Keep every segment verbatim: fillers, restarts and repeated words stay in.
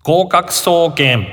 合格総研。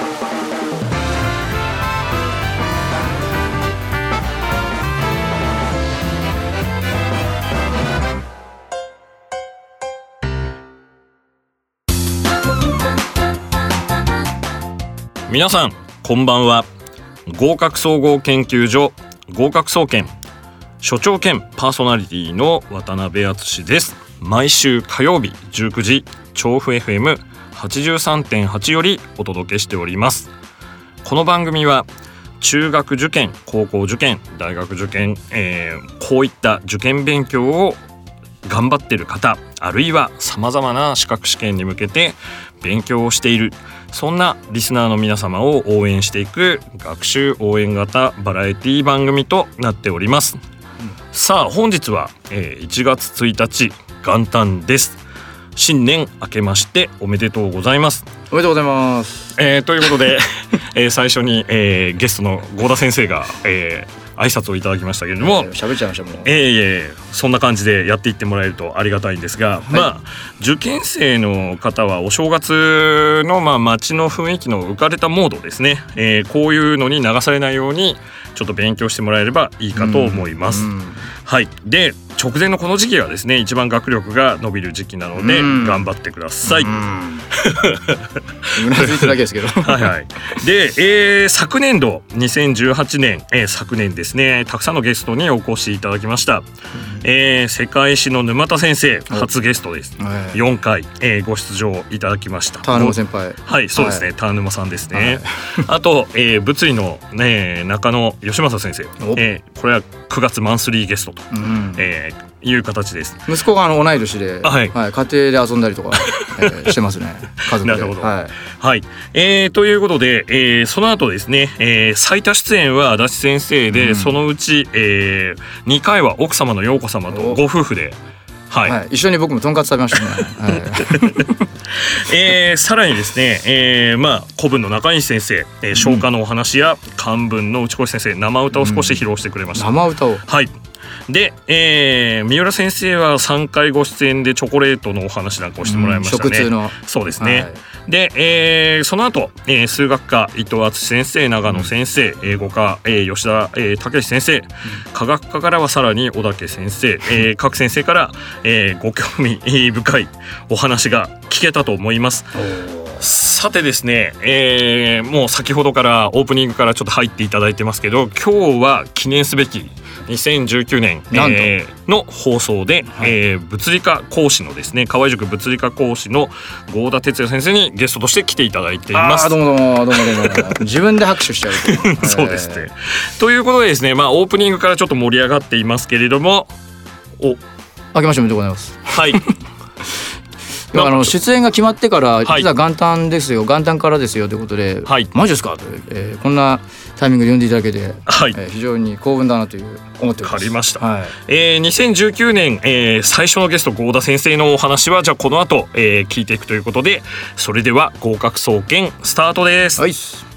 皆さんこんばんは。合格総合研究所合格総研所長兼パーソナリティの渡辺敦です。毎週火曜日じゅうくじ調布 エフエムはちじゅうさんてんはち よりお届けしております。この番組は中学受験、高校受験、大学受験、えー、こういった受験勉強を頑張っている方、あるいはさまざまな資格試験に向けて勉強をしている、そんなリスナーの皆様を応援していく学習応援型バラエティ番組となっております、うん、さあ本日は、えー、いちがつついたち元旦です。新年明けましておめでとうございます。 おめでとうございます、 えー、ということで、えー、最初に、えー、ゲストの合田先生が、えー、挨拶をいただきましたけれども、 えー、喋っちゃいましたもん、 えーえー、そんな感じでやっていってもらえるとありがたいんですが、はい、まあ受験生の方はお正月の、まあ、街の雰囲気の浮かれたモードですね、えー、こういうのに流されないようにちょっと勉強してもらえればいいかと思います、うんうん、はい。で直前のこの時期はですね一番学力が伸びる時期なので頑張ってください。うなずいただけですけどはい、はい、で、えー、昨年度にせんじゅうはちねん、えー、昨年ですねたくさんのゲストにお越しいただきました、うんえー、世界史の沼田先生初ゲストです、はい、よんかい、えー、ご出場いただきました。 ターヌマ先輩、 はいそうですね、はい、ターヌマさんですね、はい、あと、えー、物理の、ね、中野義正先生、えー、これはくがつマンスリーゲストと、うんえーいう形です。 息子があの同い年で、はいはい、家庭で遊んだりとか、えー、してますね家族で。 なるほど、 はいはいえー、ということで、えー、その後ですね、えー、最多出演は足立先生で、うん、そのうち、えー、にかいは奥様の陽子様とご夫婦で、はいはい、一緒に僕もとんかつ食べましたね、はいえー、さらにですね、えーまあ、古文の中西先生、えー、消化のお話や漢文の内越先生生歌を少し披露してくれました、 うん、生歌をはいで、えー、三浦先生はさんかいご出演でチョコレートのお話なんかをしてもらいましたね、 うん、食通のそうですね、はい、で、えー、その後、えー、数学科伊藤敦先生、長野先生、うん、英語科、えー、吉田、えー、武先生、うん、科学科からはさらに小竹先生、えー、各先生から、えー、ご興味深いお話が聞けたと思います。さてですね、えー、もう先ほどからオープニングからちょっと入っていただいてますけど、今日は記念すべきにせんじゅうきゅうねん、えー、の放送で、はいえー、物理科講師のですね河合塾物理科講師の合田哲也先生にゲストとして来ていただいています。 あどうもどうもどうもどうも自分で拍手しちゃうそうですね、ということでですね、まあ、オープニングからちょっと盛り上がっていますけれども、お明けましておめでとうございます。 はいあの出演が決まってから実は元旦ですよ、はい、元旦からですよということで、はい、マジですかと、えー、こんなタイミングで呼んでいただけて、はいえー、非常に興奮だなという思っております。 わかりました、はいえー、にせんじゅうきゅうねん、えー、最初のゲスト合田先生のお話はじゃあこの後、えー、聞いていくということで、それでは合格総研スタートです。 はい、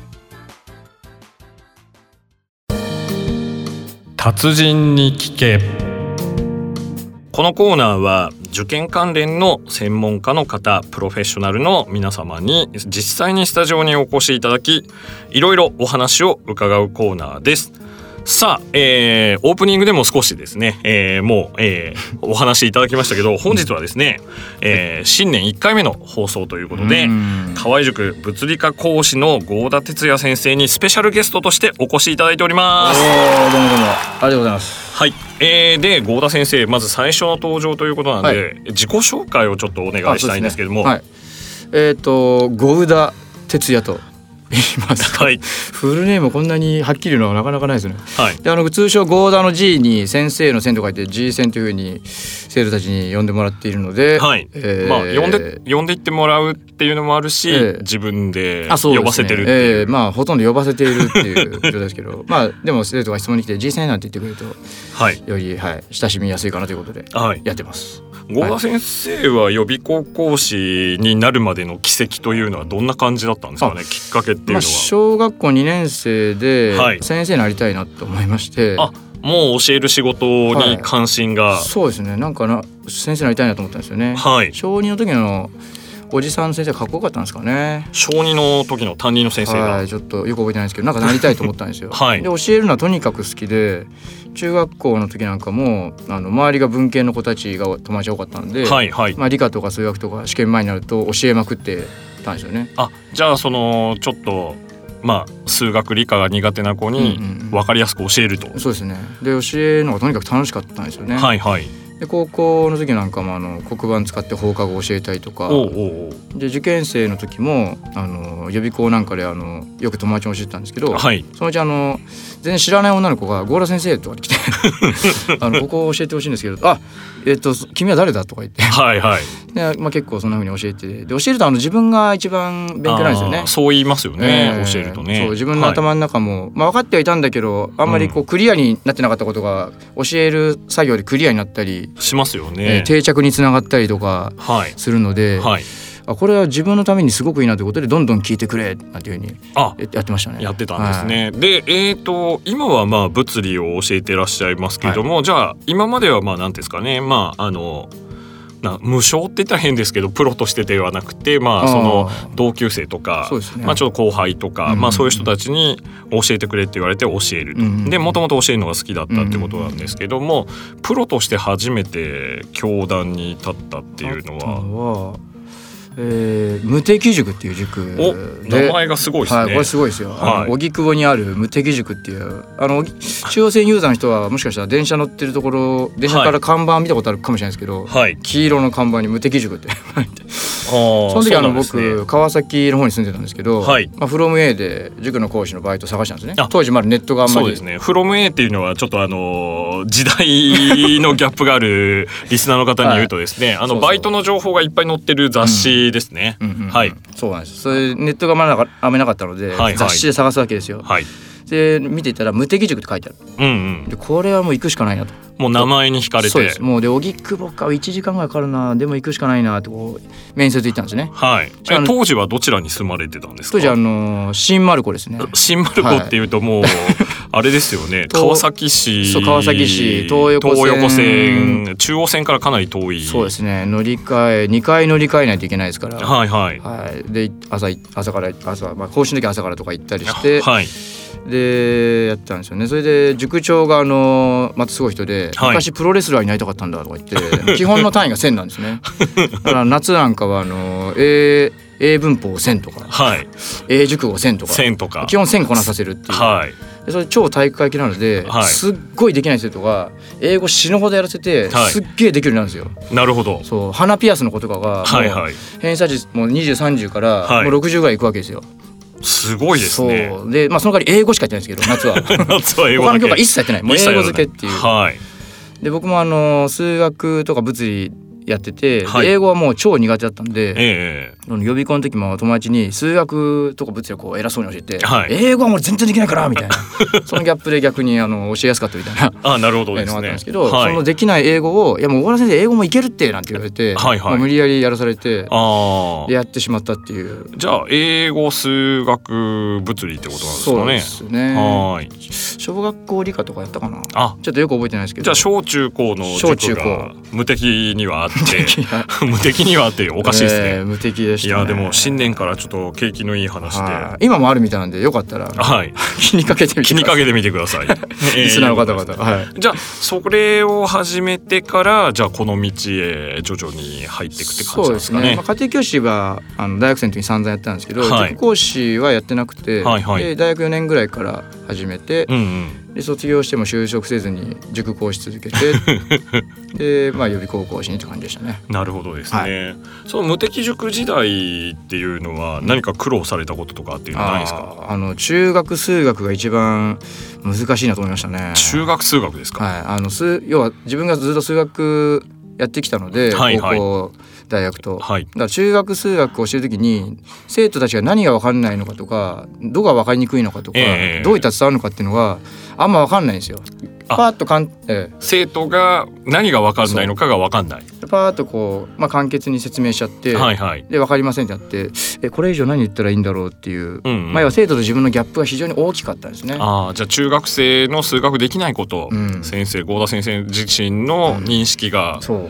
達人に聞け。このコーナーは受験関連の専門家の方、プロフェッショナルの皆様に実際にスタジオにお越しいただき、いろいろお話を伺うコーナーです。さあ、えー、オープニングでも少しですね、えー、もう、えー、お話しいただきましたけど、本日はですね、えー、新年いっかいめの放送ということで、河合塾物理科講師の合田哲也先生にスペシャルゲストとしてお越しいただいております。 おーどうもどうもありがとうございます。 はい、えー、で合田先生、まず最初の登場ということなので、はい、自己紹介をちょっとお願いしたいんですけども、 ねはい、えっ、ー、と合田哲也と言います、 はい、 フルネームこんなにはっきり言うのはなかなかないですね、 はい、 であの通称合田の G に先生の先と書いて G 先というふうに生徒たちに呼んでもらっているので、 はいえーまあ、呼んで呼んでいってもらうっていうのもあるし、えー、自分で呼ばせてるっていう、 ねえー、まあほとんど呼ばせているっていう状態ですけどまあでも生徒が質問に来て G 先なんて言ってくれると、はい、より、はい、親しみやすいかなということでやってます、はい合田先生は予備校講師になるまでの軌跡というのはどんな感じだったんですかね、きっかけっていうのは。まあ、 小学校にねん生で先生になりたいなと思いまして、 はい、あもう教える仕事に関心が、 はい、そうですねなんかな先生になりたいなと思ったんですよね、 はい、 小にの時のおじさんの先生がかっこよかったんですかね。 小にの時の担任の先生が、 はい、ちょっとよく覚えてないんですけどなんかなりたいと思ったんですよ、 はい、 で教えるのはとにかく好きで中学校の時なんかもあの周りが文系の子たちが友達多かったんで、はいはい、まあ、理科とか数学とか試験前になると教えまくってたんですよね。 あ、じゃあそのちょっとまあ数学理科が苦手な子に分かりやすく教えると、うんうんうん、 そうですね。で教えるのがとにかく楽しかったんですよね。 はいはい。 で高校の時なんかもあの黒板使って放課後教えたりとか、おうおうおう、で受験生の時もあの予備校なんかであのよく友達に教えてたんですけど、はい、そのうちあの全然知らない女の子が「郷田先生」とか来てあの「ここ教えてほしいんですけど」あえっと君は誰だ?」とか言ってはいはいで、まあ、結構そんな風に教えてで教えるとあの自分が一番勉強なんですよね。 そう言いますよね、えー、教えるとね。 そう自分の頭の中も、はい、まあ、分かってはいたんだけどあんまりこうクリアになってなかったことが教える作業でクリアになったりしますよね、 えー、定着につながったりとかするので、はいはい、あこれは自分のためにすごくいいなということでどんどん聞いてくれなんていう風にやってましたね。 やってたんですね、はい、で、えーと今はまあ物理を教えてらっしゃいますけども、はい、じゃあ今まではまあ何ですかね、まああのな無償って言ったら変ですけどプロとしてではなくて、まあ、その同級生とか、ね、まあ、ちょっと後輩とか、うん、まあ、そういう人たちに教えてくれって言われて教えると、うん、でもともと教えるのが好きだったってことなんですけども、うん、プロとして初めて教壇に立ったっていうのはえー、無敵塾っていう塾で、名前がすごいですね。 はい、これすごいですよ。はい、荻窪にある無敵塾っていうあの中央線ユーザーの人はもしかしたら電車乗ってるところ電車から看板見たことあるかもしれないですけど、はい、黄色の看板に無敵塾って書いてその時あの僕川崎の方に住んでたんですけど、はい、まあ、フロム A で塾の講師のバイト探したんですね。当時まだネットがあんまりそうですね。フロム A っていうのはちょっとあの時代のギャップがあるリスナーの方に言うとですね、はい、あのバイトの情報がいっぱい載ってる雑誌ですね、うんうんうん、はい、 そうなんです。それネットがまだあんまりなかったので、はいはい、雑誌で探すわけですよ、はい、で見ていたら無敵塾って書いてある、うんうん、でこれはもう行くしかないなと。 もう名前に惹かれてそうです。もうで荻窪かいちじかんぐらいかかるなでも行くしかないなとこう面接行ったんですね、 はい、え当時はどちらに住まれてたんですか？ 当時あの新丸子ですね。 新丸子っていうともう、はい、あれですよね川崎市そう川崎市東横線、 東横線中央線からかなり遠い。 そうですね。乗り換えにかい乗り換えないといけないですから、 はいはいはい、で 朝, 朝から朝、まあ、講師の時朝からとか行ったりして、はい、でやったんですよね。それで塾長があのまたすごい人で、はい、昔プロレスラーになりたかったんだとか言って基本の単位がせんなんですね。だから夏なんかはあの A, A 文法せんとか、はい、A 熟語せんとか、せんとか基本せんこなさせるっていう、はい、でそれ超体育会系なので、はい、すっごいできない生徒が英語死ぬほどやらせて、はい、すっげえできるようになるんですよ。 なるほど。 そう鼻ピアスの子とかがもう偏差値もうにじゅう、さんじゅうからもうろくじゅうぐらいいくわけですよ。 すごいですね。 そうで、まあ、その代わり英語しかやってないんですけど夏は夏は英語だけ他の教科一切やってない。もう英語漬けっていう、はい、で僕もあの数学とか物理やってて、はい、英語はもう超苦手だったんで、えー、予備校の時も友達に数学とか物理をこう偉そうに教えて、はい、英語はもう全然できないからみたいなそのギャップで逆にあの教えやすかったみたいなあなるほどですね、 のがあったんですけど、はい、そのできない英語をいやもう小原先生英語もいけるってなんて言われて、はいはい、もう無理やりやらされてあやってしまったっていう。 じゃあ英語数学物理ってことなんですかね。 そうですね。はい小学校理科とかやったかなあちょっとよく覚えてないですけど。 じゃあ小中高の塾が無敵にはあって無敵にはあっておかしいですね、えー、 無敵でしたね。 いやでも新年からちょっと景気のいい話で今もあるみたいなんでよかったら、はい、気にかけてみてください。 気にかけてみてくださいリスナーの方々、はい、 じゃあそれを始めてからじゃあこの道へ徐々に入っていくって感じなんですかね。そうですね、 まあ、家庭教師はあの大学生の時に散々やったんですけど、はい、塾講師はやってなくて、はいはい、で大学よねんぐらいから始めて、うんうん、で卒業しても就職せずに塾講師続けてで、まあ、予備高校師にって感じでしたね。 なるほどですね、はい、その無敵塾時代っていうのは何か苦労されたこととかっていうのはないですか？ ああの中学数学が一番難しいなと思いましたね。 中学数学ですか？ はい、あの数要は自分がずっと数学やってきたので、はいはい、高校大学と、はい、だから中学数学を教えるときに生徒たちが何が分かんないのかとかどこが分かりにくいのかとか、えー、どういった伝わるのかっていうのがあんま分かんないんですよ。パーッとかん、えー、 生徒が何が分かんないのかが分かんない。 パーッとこう、まあ、簡潔に説明しちゃって、はいはい、で分かりませんってなってえこれ以上何言ったらいいんだろうっていう、うんうんまあ、生徒と自分のギャップが非常に大きかったんですね。 あじゃあ中学生の数学できないこと、うん、先生合田先生自身の認識が、 うん、そう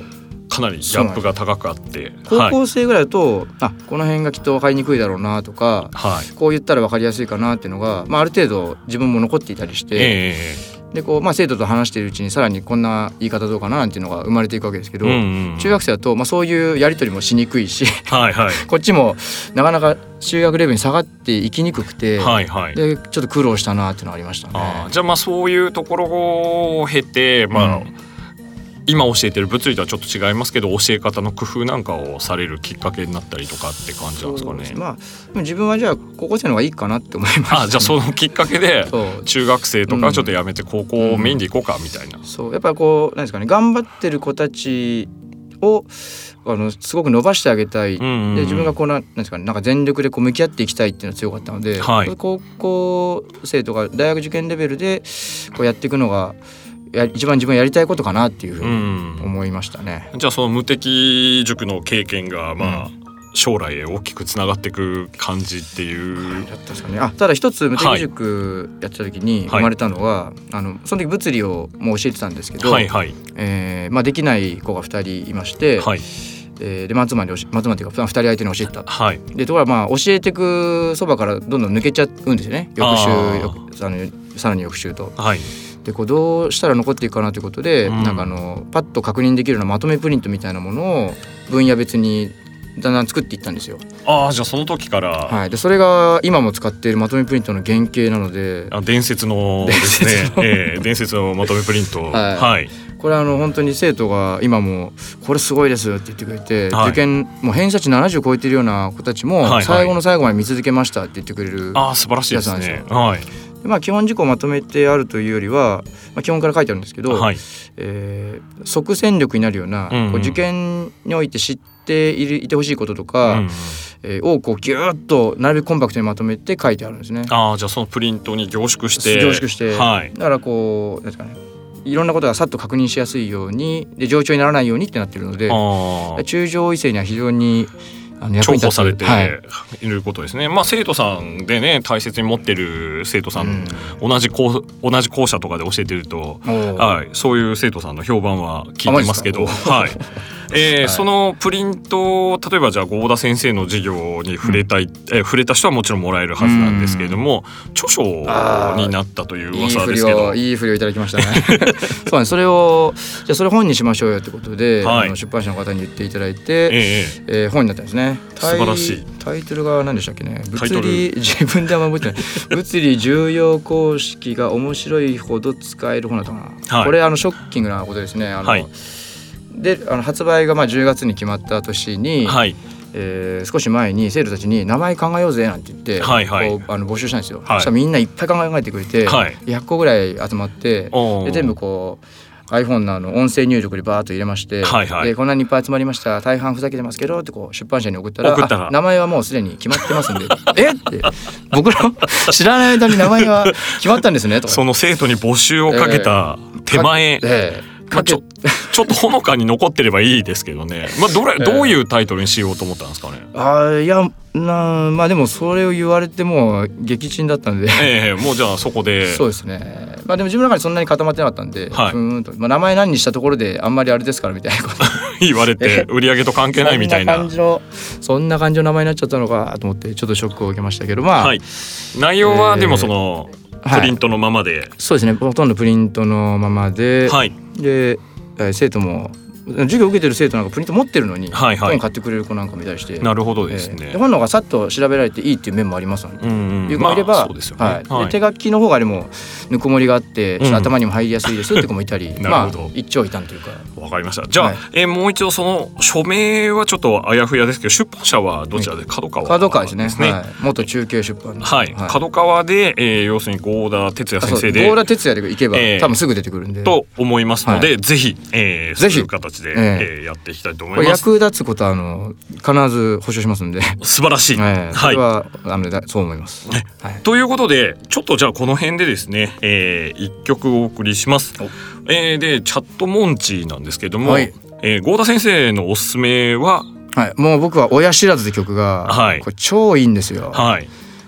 かなりギャップが高くあって、 高校生ぐらいだと、はい、あこの辺がきっと分かりにくいだろうなとか、はい、こう言ったら分かりやすいかなっていうのが、まあ、ある程度自分も残っていたりして、えー、でこうまあ、生徒と話しているうちにさらにこんな言い方どうかななんていうのが生まれていくわけですけど、うんうん、中学生だと、まあ、そういうやり取りもしにくいし、はいはい、こっちもなかなか中学レベルに下がっていきにくくて、はいはい、でちょっと苦労したなっていうのがありましたね。 あじゃあまあそういうところを経て、まあうん今教えてる物理とはちょっと違いますけど教え方の工夫なんかをされるきっかけになったりとかって感じなんですかね。 まあ、自分はじゃあ高校生の方がいいかなって思いました、ね、 あじゃあそのきっかけで中学生とかちょっとやめて高校をメインでいこうかみたいな、 うんうん、そうやっぱりこうなんですかね頑張ってる子たちをあのすごく伸ばしてあげたい、うんうんうん、で自分がこう な, なんですか、ね、なんか全力でこう向き合っていきたいっていうのが強かったので、はい、高校生とか大学受験レベルでこうやっていくのがや一番自分やりたいことかなっていうふうに思いましたね、 うん、じゃあその無敵塾の経験がまあ、うん将来へ大きくつながっていく感じっていうだったんですかね。あただ一つ無敵塾やってた時に生まれたのは、はい、あのその時物理をもう教えてたんですけど、はいはいえーまあ、できない子がふたりいまして、はいえー、で松間に松間っていうかふたり相手に教えてた、はい、でところがまあ教えていくそばからどんどん抜けちゃうんですよね翌週あのさらに翌週と。はいでこうどうしたら残っていくかなということで、うん、なんかあのパッと確認できるようなまとめプリントみたいなものを分野別にだんだん作っていったんですよ。 ああじゃあその時から、 はい、でそれが今も使っているまとめプリントの原型なのであ伝説のですね伝説の、えー、伝説のまとめプリント、はいはい、 これあの本当に生徒が今もこれすごいですって言ってくれて、はい、受験もう偏差値ななじゅう超えてるような子たちも最後の最後まで見続けましたって言ってくれる、 はいはい、あ素晴らしいですね。はいまあ、基本事項をまとめてあるというよりは、まあ、基本から書いてあるんですけど、はいえー、即戦力になるような、うんうん、こう受験において知っているいてほしいこととか、うんうんえー、をこうギューッとなるべくコンパクトにまとめて書いてあるんですね。 あじゃあそのプリントに凝縮して凝縮して、はい、だからこうなんですかねいろんなことがさっと確認しやすいようにで冗長にならないようにってなってるので中上位生には非常に重宝されていることですね、はいまあ、生徒さんでね大切に持ってる生徒さん、うん、同じ校同じ校舎とかで教えてると、はい、そういう生徒さんの評判は聞いてますけどはいえーはい、そのプリント例えばじゃあ合田先生の授業に触れたい、うん、え触れた人はもちろんもらえるはずなんですけれども、うん、著書になったという噂ですけどいいふりをいただきましたねそうねそれをじゃあそれ本にしましょうよってことで、はい、あの出版社の方に言っていただいて、えーえー、本になったんですね。 素晴らしい。 タイトルが何でしたっけね。物理自分では覚えてない物理重要公式が面白いほど使える本だったかな、はい、これあのショッキングなことですね。あの、はい、であの発売がまあじゅうがつに決まった年に、はいえー、少し前に生徒たちに名前考えようぜなんて言って、はいはい、こうあの募集したんですよ、はい、そしたらみんないっぱい考えてくれて、はい、ひゃっこぐらい集まってで全部こうiPhone の, あの音声入力にバーッと入れまして、はいはい、でこんなにいっぱい集まりました大半ふざけてますけどってこう出版社に送った ら, ったら名前はもうすでに決まってますんでえって僕の知らない間に名前が決まったんですねとかその生徒に募集をかけた手前、えーえーまあ、ちょ, ちょっとほのかに残ってればいいですけどね、まあ、ど, れどういうタイトルにしようと思ったんですかね。 あいやなまあでもそれを言われても撃沈だったんで、 えー、もうじゃあそこでそうですね。まあでも自分の中にそんなに固まってなかったんで、はい、うんとまあ、名前何にしたところであんまりあれですからみたいなこと言われて売り上げと関係ないみたいなそんな感じのそんな感じの名前になっちゃったのかと思ってちょっとショックを受けましたけどまあ、はい、 内容はでもその、えー、プリントのままで、はい、 そうですねほとんどプリントのままで、はい、で生徒も授業受けてる生徒なんかプリント持ってるのに、はいはい、本買ってくれる子なんかもいたりして、 なるほどですね、 えー、で本の方がさっと調べられていいっていう面もありますので、うんうん、いう子もいれば、まあそうですよねはいはい、で手書きの方がでもぬくもりがあってちょっと頭にも入りやすいですって子もいたり、うん、まあ一長一短というか。 わかりました。じゃあ、はいえー、もう一度その署名はちょっとあやふやですけど出版社はどちらで角川、 角川ですね、はい、元中継出版の、 はいはい、角川で、えー、要するに合田哲也先生で合田哲也で行けば、えー、多分すぐ出てくるんでと思いますので、はい、ぜひ、えー、そういう形で、えーえー、やっていきたいと思います。 役立つことはあの必ず保証しますんで素晴らしい、 えー、それは、はい、あのそう思います、 はいはい、ということでちょっとじゃあこの辺でですね、えー、いっきょくお送りします、えー、でチャットモンチーなんですけども、はいえー、合田先生のおすすめは、 はい、もう僕は親知らずって曲が、はい、これ超いいんですよ、はい、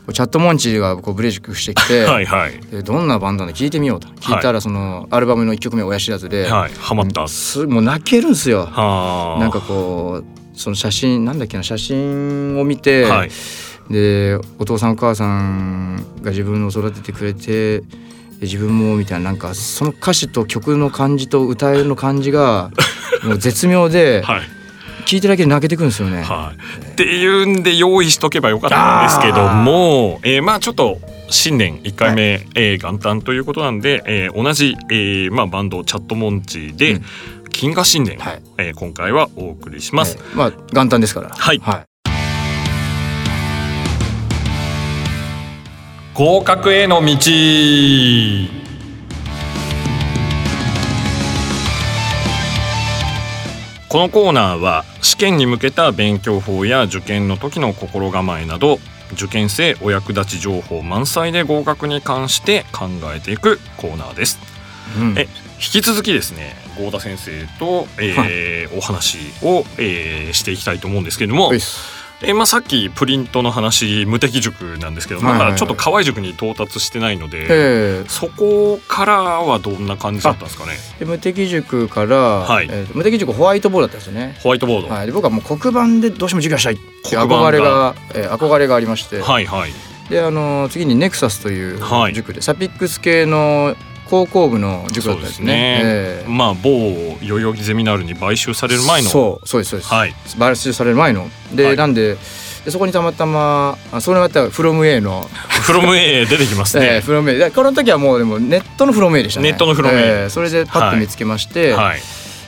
チャットモンチがこうブレイクしてきてはい、はい、 でどんなバンドで聴いてみようと聞いたら、そのアルバムのいっきょくめ親知らずで、 はい、ハマった。 もう泣けるんですよ。 はなんかこうその写真なんだっけな写真を見て、はい、でお父さんお母さんが自分を育ててくれて自分もみたいな、なんかその歌詞と曲の感じと歌いの感じがもう絶妙で、はい、聞いてるだけで泣けてくるんですよね。 はい、っていうんで用意しとけばよかったんですけども、えー、まあちょっと新年いっかいめ、はい、えー、元旦ということなんで、えー、同じ、えーまあ、バンドチャットモンチで、うん、金河新年、はい、えー、今回はお送りします。 はい、まあ元旦ですから。 はい、はい、合格への道。このコーナーは試験に向けた勉強法や受験の時の心構えなど受験生お役立ち情報満載で合格に関して考えていくコーナーです。うん、え引き続きですね合田先生と、えーはい、お話を、えー、していきたいと思うんですけれども、えーまあ、さっきプリントの話無敵塾なんですけど、はいはいはい、まだちょっと河合塾に到達してないので、そこからはどんな感じだったんですかね。 無敵塾から、はい、えー、無敵塾ホワイトボードだったんですよね。 ホワイトボード、 はい、で僕はもう黒板でどうしても授業したいって憧れが、えー、憧れがありまして、はいはい、であの次にネクサスという塾で、はい、サピックス系の高校部の塾だったんですね。そうですね、えー、 まあ某代々木ゼミナールに買収される前の、 そうそうですそうです、はい、買収される前ので、はい、なんででそこにたまたまそれまたフロム A のフロム A 出てきますね。 えー、フロム A でこの時はもうでもネットのフロム A でしたね。 ネットのフロム A、 えー、それでパッと見つけまして、はいはい、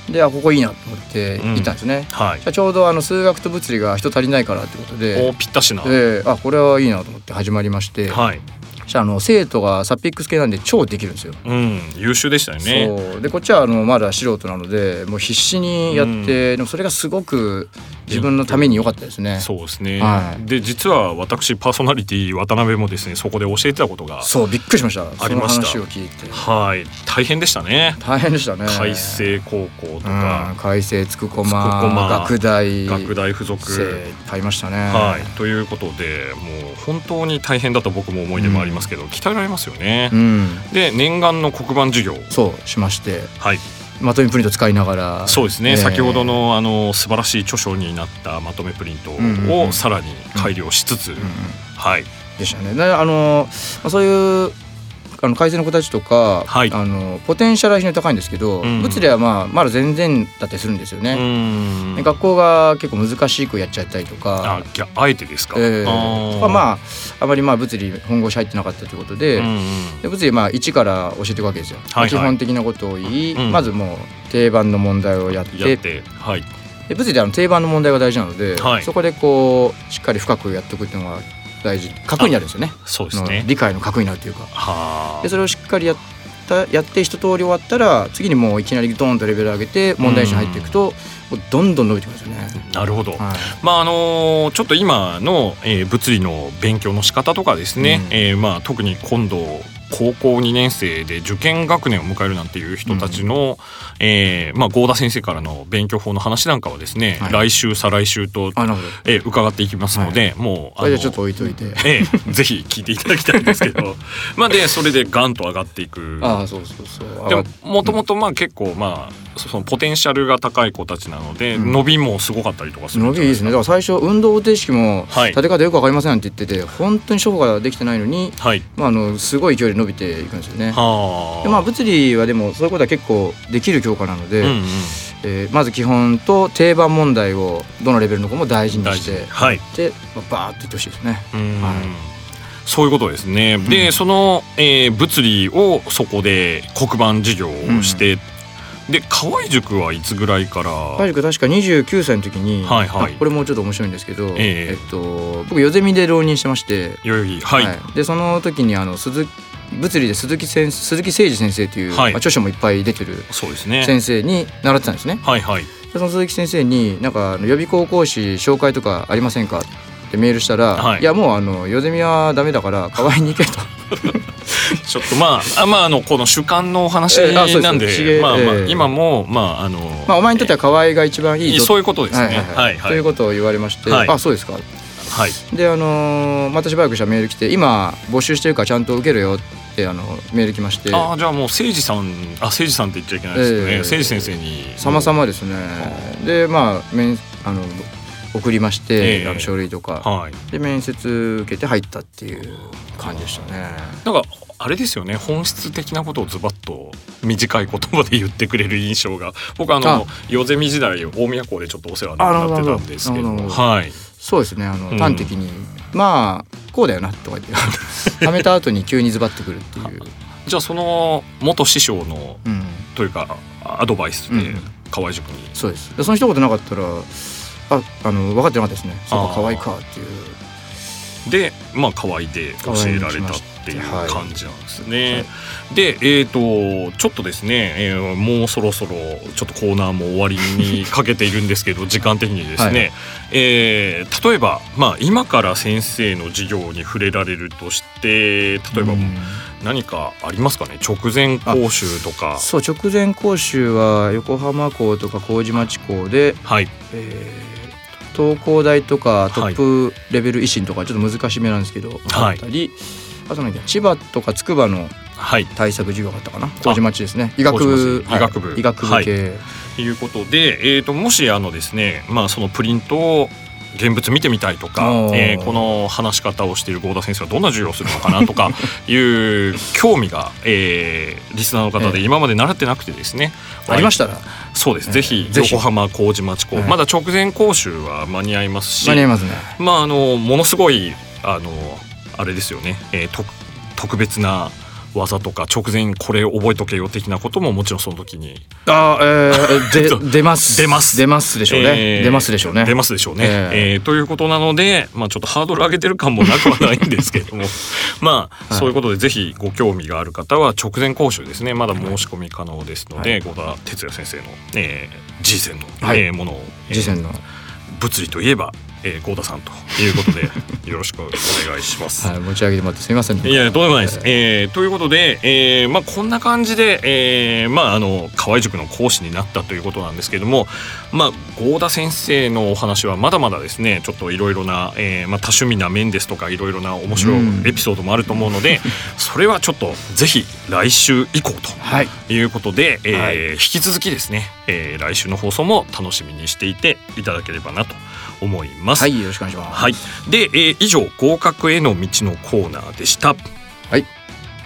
であここいいなと思って行ったんですね。うん、はい、じゃちょうどあの数学と物理が人足りないからってことで、 おぴったしな、 えー、あこれはいいなと思って始まりまして、はい、あの生徒がサピックス系なんで超できるんですよ。 うん、優秀でしたよね。 そうでこっちはあのまだ素人なのでもう必死にやって、うん、でもそれがすごく自分のために良かったですね。 そうですね、はい、で実は私パーソナリティ渡辺もですねそこで教えてたことがそうびっくりしました。 ありました。 その話を聞いて、 はい、大変でしたね。 大変でしたね。 開成高校とか、 うん、開成つくこま学大学大附属生いっぱいいましたね。 はい、ということでもう本当に大変だと僕も思い出もありますけど、うん、鍛えられますよね。うん、で念願の黒板授業そうしまして、 はい、 まとめプリント使いながらそうですね、えー、先ほど の, あの素晴らしい著書になったまとめプリントをさらに改良しつつ、うんうんうん、はいでしたね。あのそういうあの改正の子たちとか、はい、あのポテンシャルは非常に高いんですけど、うん、物理はまあまだ全然だったりするんですよね。うん学校が結構難しくやっちゃったりとかあ, あえてですか、 えー、とかまああまりまあ物理本腰入ってなかったということで、うんうん、で物理まあ一から教えていくわけですよ、はいはい、基本的なことを言い、うん、まずもう定番の問題をやって、やって、はい、で物理であの定番の問題が大事なので、はい、そこでこうしっかり深くやっておくっていうのが大事核になるんですよね。 そうですね、 理解の核になるというかはでそれをしっかりやったやって一通り終わったら次にもういきなりドーンとレベル上げて問題集に入っていくともうどんどん伸びてきますよね。 なるほど、はい、まああのちょっと今の、えー、物理の勉強の仕方とかですね、うんえーまあ、特に今度高校にねん生で受験学年を迎えるなんていう人たちの、うんえーまあ、合田先生からの勉強法の話なんかはですね、はい、来週再来週と、えー、伺っていきますので、はい、もうあのじゃあちょっと置いといて、 えー、ぜひ聞いていただきたいんですけどまあでそれでガンと上がっていく。 あそうそうそうでももともとまあ結構まあそのポテンシャルが高い子たちなので、うん、伸びもすごかったりとかする。 伸びいいですね。だから最初運動方程式も立て方よく分かりませんって言ってて、はい、本当に処方ができてないのに、はいまあ、あのすごい勢いで伸びていくんですよね。はでまあ物理はでもそういうことは結構できる教科なので、うんうんえー、まず基本と定番問題をどのレベルの子も大事にして、はい、で、まあ、バーッといってほしいですね。うんはいそういうことですね。で、うん、その、えー、物理をそこで黒板授業をして、うん、で河合塾はいつぐらいから。 河合塾確かにじゅうきゅうさいの時に、はいはい、これもちょっと面白いんですけど、えーえっと、僕よゼミで浪人してまして代々木、はいはい、でその時にあの鈴物理で鈴木先鈴木誠二先生という、はいまあ、著書もいっぱい出てる先生に習ってたんですね。はいはい、でその鈴木先生になんか予備高校士紹介とかありませんかってメールしたら、はい、いやもうあのよゼミはダメだから河合に行けとちょっとまああまああのこの主観のお話なんで、えー、まあまあ今もまああのまあお前にとっては河合が一番いいぞそういうことですね。 はいはいはいはい、ということを言われまして、はい、あそうですか。 はい、 であのまたしばらくしたらメール来て今募集してるからちゃんと受けるよってあのメール来まして、 あじゃあもう誠司さんあ誠司さんって言っちゃいけないですよね、えー、誠司先生に様々ですね。でまあ面あの送りまして、えー、あの書類とか、はい、で面接受けて入ったっていう感じでしたね。 なんかあれですよね、本質的なことをズバッと短い言葉で言ってくれる印象が、僕あの夜ゼミ時代大宮校でちょっとお世話になってたんですけど、はい、そうですね、あの端的に、うん、まあこうだよなとか言ってはめた後に急にズバッとくるっていうじゃあその元師匠の、うん、というかアドバイスで、うん、河合塾にそうです。その一言なかったらああの分かってなかったですね。そうか河合かっていうでまあ河合で教えられたっていう感じなんですね、はい、でえーとちょっとですね、えー、もうそろそろちょっとコーナーも終わりにかけているんですけど時間的にですね、はい、えー、例えば、まあ、今から先生の授業に触れられるとして例えば何かありますかね。直前講習とか。 そう直前講習は横浜校とか麹町校で、はい、えー東工大とかトップレベル維新とかちょっと難しめなんですけど、はい、あったり、あとなんか千葉とか筑波の対策授業があったかな、麹町ですね、医学部、 医学部、 はい、医学部系、はい、 ということで、えーと、もしあのですね、まあ、そのプリントを現物見てみたいとか、えー、この話し方をしている合田先生はどんな授業をするのかなとかいう興味が、えー、リスナーの方で今まで習ってなくてですね、 えー、ありましたらそうです、えー、ぜひ横浜麹町校、えー、まだ直前講習は間に合いますし、 間に合いますね。 まあ、あのものすごいあのあれですよね、えー、と特別な技とか直前これ覚えとけよ的なことももちろんその時にあ、えー、で出ます出ます出ますでしょうね、えー、出ますでしょうね出ますでしょうね、えーえー、ということなので、まあ、ちょっとハードル上げてる感もなくはないんですけれどもまあ、はい、そういうことでぜひご興味がある方は直前講習ですね、まだ申し込み可能ですので、はい、合田哲也先生の、えー、G 線の、はい、えー、ものを、 G 線の物理といえばえー、合田さんということでよろしくお願いします、 はい、持ち上げてもらってすみません、ね、 いやどうでもないです、えー、ということで、えーまあ、こんな感じで、えーまあ、あの河合塾の講師になったということなんですけども、まあ、合田先生のお話はまだまだですねちょっといろいろな、えーまあ、多趣味な面ですとかいろいろな面白いエピソードもあると思うので、うん、それはちょっとぜひ来週以降ということで、はいえーはい、引き続きですね、えー、来週の放送も楽しみにしていていただければなと思います。 はい、よろしくお願いします。 はい、で、えー、以上合格への道のコーナーでした。 はい。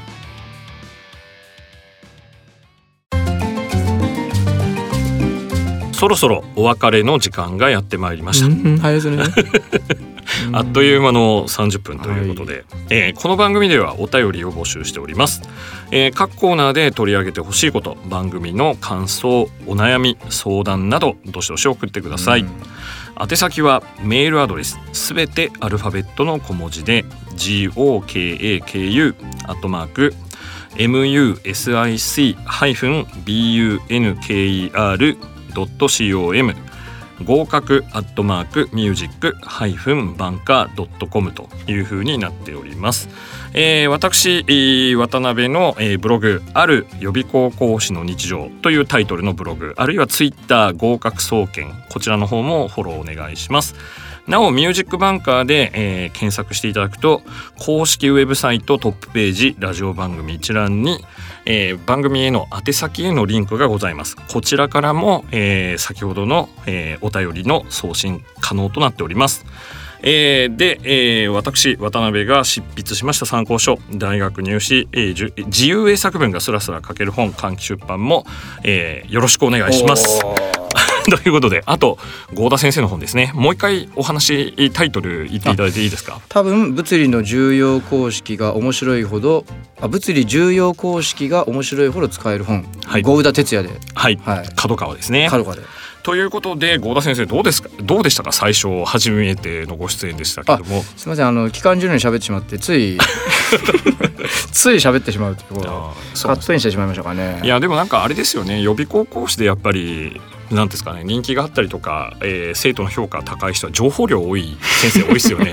そろそろお別れの時間がやってまいりました。 うん、早いですね。 あっという間のさんじゅっぷんということで、はいえー、この番組ではお便りを募集しております、えー、各コーナーで取り上げてほしいこと、番組の感想、お悩み、相談などどしどし送ってください。宛先はメールアドレスすべてアルファベットの小文字で ゴカク アットマーク ムシク ハイフン ビューエヌケーイーアール ドット コム合格アットマークミュージックハイフンバンカードットコムという風になっております。えー、私渡辺の、えー、ブログある予備校講師の日常というタイトルのブログ、あるいはツイッター合格総研、こちらの方もフォローお願いします。なおミュージックバンカーで、えー、検索していただくと公式ウェブサイトトップページラジオ番組一覧に、えー、番組への宛先へのリンクがございます。こちらからも、えー、先ほどの、えー、お便りの送信可能となっております。えー、で、えー、私渡辺が執筆しました参考書大学入試、えー、自由英作文がスラスラ書ける本換気出版も、えー、よろしくお願いしますということで、あと合田先生の本ですね、もう一回お話タイトル言っていただいていいですか。 多分物理の重要公式が面白いほどあ物理重要公式が面白いほど使える本、はい、合田哲也で、 はいはい、角川ですね。 角川でということで合田先生どうですか、どうでしたか。最初初めてのご出演でしたけども、 すみません、あの期間中に喋ってしまってついつい喋ってしまうということカットインしてしまいましたかね。 いやでもなんかあれですよね、予備校講師でやっぱりなんですかね、人気があったりとか、えー、生徒の評価高い人は情報量多い先生多いですよね。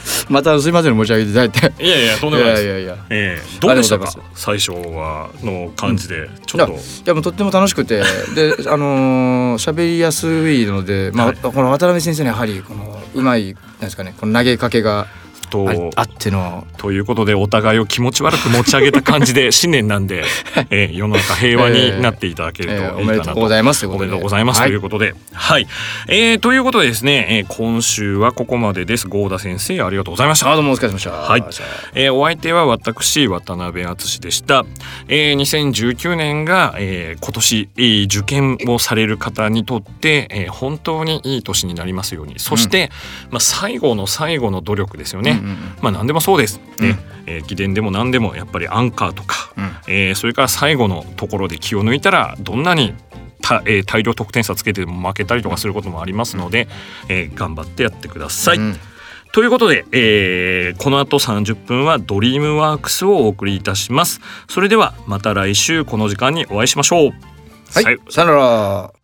またすいません持ち上げていただいて。 いやいやとんでもないです。 いやいやいや、 えー、どうでしたか最初はの感じで、ちょっと、うん、いやもうとっても楽しくてであのー、喋りやすいので、まあ、はい、この渡辺先生のやはりこのうまいなんですかね、この投げかけがとあってのということで、お互いを気持ち悪く持ち上げた感じで新年なんで、えー、世の中平和になっていただけるといいかなと、えーえー、おめでとうございますおめでとうございますということで、 はい、はい、えー、ということでですね、えー、今週はここまでです。郷田先生ありがとうございました。 あ、どうもお疲れ様でした。 はい、えー、お相手は私渡辺敦でした。えー、にせんじゅうきゅうねんが、えー、今年、えー、受験をされる方にとって、えー、本当にいい年になりますように。そして、うん、まあ、最後の最後の努力ですよね。うんうんうん、まあ何でもそうです、ね、うん、えー、駅伝でも何でもやっぱりアンカーとか、うん、えー、それから最後のところで気を抜いたらどんなにた、えー、大量得点差つけても負けたりとかすることもありますので、えー、頑張ってやってください、うん、ということで、えー、この後さんじゅっぷんはドリームワークスをお送りいたします。それではまた来週この時間にお会いしましょう。 はい、さよなら。